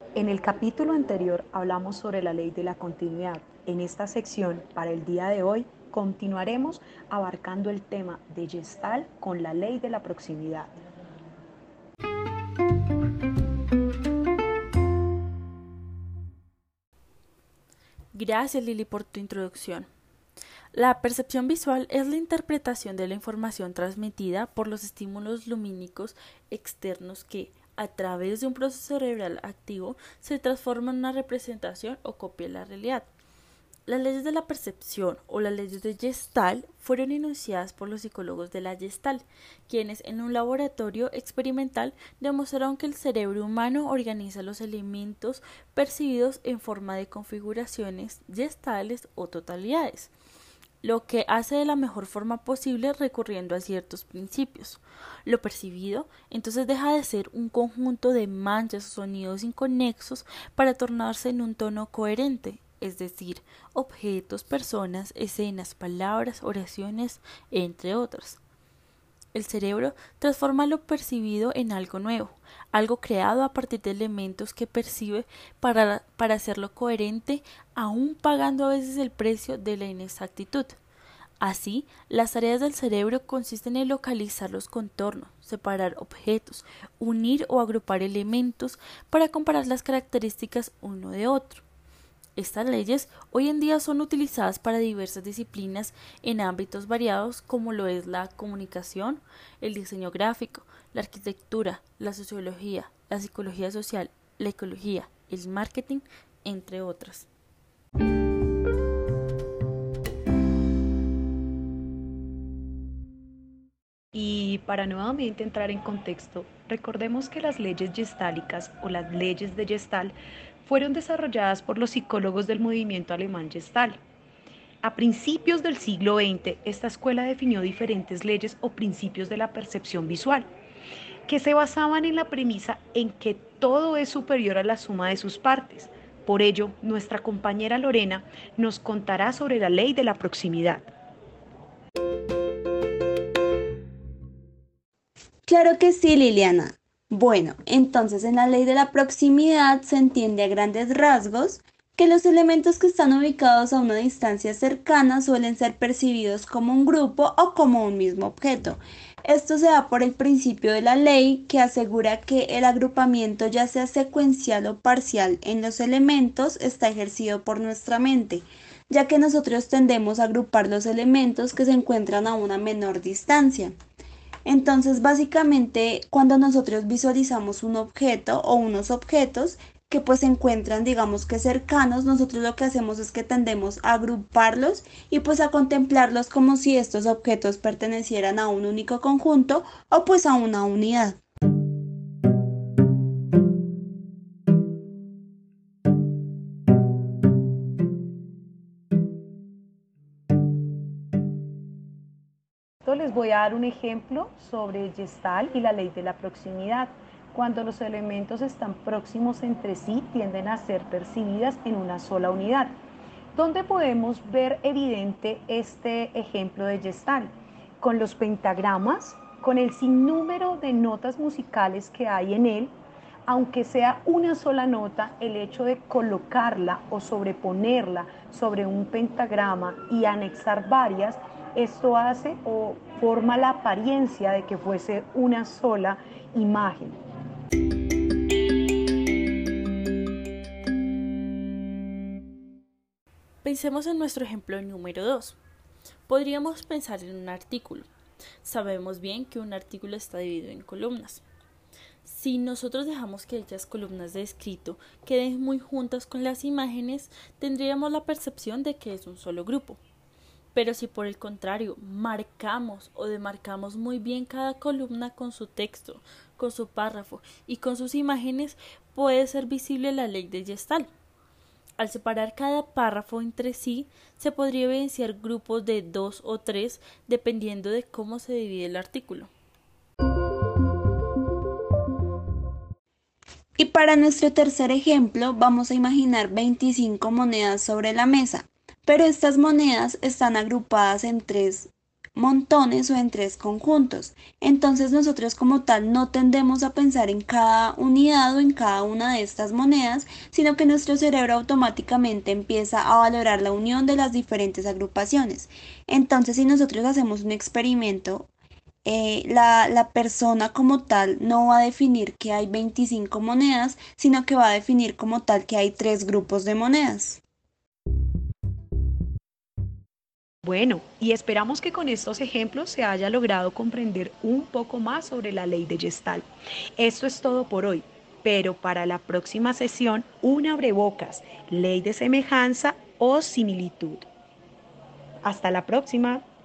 En el capítulo anterior hablamos sobre la ley de la continuidad. En esta sección, para el día de hoy, continuaremos abarcando el tema de Gestalt con la ley de la proximidad. Gracias, Lili, por tu introducción. La percepción visual es la interpretación de la información transmitida por los estímulos lumínicos externos que, a través de un proceso cerebral activo, se transforma en una representación o copia de la realidad. Las leyes de la percepción o las leyes de Gestalt fueron enunciadas por los psicólogos de la Gestalt, quienes en un laboratorio experimental demostraron que el cerebro humano organiza los elementos percibidos en forma de configuraciones gestales o totalidades, lo que hace de la mejor forma posible recurriendo a ciertos principios. Lo percibido entonces deja de ser un conjunto de manchas o sonidos inconexos para tornarse en un tono coherente, es decir, objetos, personas, escenas, palabras, oraciones, entre otras. El cerebro transforma lo percibido en algo nuevo, algo creado a partir de elementos que percibe para hacerlo coherente, aun pagando a veces el precio de la inexactitud. Así, las tareas del cerebro consisten en localizar los contornos, separar objetos, unir o agrupar elementos para comparar las características uno de otro. Estas leyes hoy en día son utilizadas para diversas disciplinas en ámbitos variados como lo es la comunicación, el diseño gráfico, la arquitectura, la sociología, la psicología social, la ecología, el marketing, entre otras. Y para nuevamente entrar en contexto, recordemos que las leyes gestálicas o las leyes de Gestalt fueron desarrolladas por los psicólogos del movimiento alemán Gestalt. A principios del siglo XX, esta escuela definió diferentes leyes o principios de la percepción visual, que se basaban en la premisa en que todo es superior a la suma de sus partes. Por ello, nuestra compañera Lorena nos contará sobre la ley de la proximidad. Claro que sí, Liliana. Bueno, entonces en la ley de la proximidad se entiende a grandes rasgos que los elementos que están ubicados a una distancia cercana suelen ser percibidos como un grupo o como un mismo objeto. Esto se da por el principio de la ley que asegura que el agrupamiento, ya sea secuencial o parcial en los elementos, está ejercido por nuestra mente, ya que nosotros tendemos a agrupar los elementos que se encuentran a una menor distancia. Entonces, básicamente, cuando nosotros visualizamos un objeto o unos objetos que pues se encuentran, digamos que cercanos, nosotros lo que hacemos es que tendemos a agruparlos y pues a contemplarlos como si estos objetos pertenecieran a un único conjunto o pues a una unidad. Les voy a dar un ejemplo sobre Gestalt y la ley de la proximidad. Cuando los elementos están próximos entre sí, tienden a ser percibidas en una sola unidad. ¿Dónde podemos ver evidente este ejemplo de Gestalt? Con los pentagramas, con el sinnúmero de notas musicales que hay en él. Aunque sea una sola nota, el hecho de colocarla o sobreponerla sobre un pentagrama y anexar varias, esto hace o forma la apariencia de que fuese una sola imagen. Pensemos en nuestro ejemplo número 2. Podríamos pensar en un artículo. Sabemos bien que un artículo está dividido en columnas. Si nosotros dejamos que dichas columnas de escrito queden muy juntas con las imágenes, tendríamos la percepción de que es un solo grupo. Pero si por el contrario marcamos o demarcamos muy bien cada columna con su texto, con su párrafo y con sus imágenes, puede ser visible la ley de Gestalt. Al separar cada párrafo entre sí, se podría evidenciar grupos de 2 o 3 dependiendo de cómo se divide el artículo. Y para nuestro tercer ejemplo, vamos a imaginar 25 monedas sobre la mesa, pero estas monedas están agrupadas en tres montones o en tres conjuntos. Entonces nosotros como tal no tendemos a pensar en cada unidad o en cada una de estas monedas, sino que nuestro cerebro automáticamente empieza a valorar la unión de las diferentes agrupaciones. Entonces, si nosotros hacemos un experimento, la persona como tal no va a definir que hay 25 monedas, sino que va a definir como tal que hay tres grupos de monedas. Bueno, y esperamos que con estos ejemplos se haya logrado comprender un poco más sobre la ley de Gestalt. Esto es todo por hoy, pero para la próxima sesión, un abrebocas, ley de semejanza o similitud. Hasta la próxima.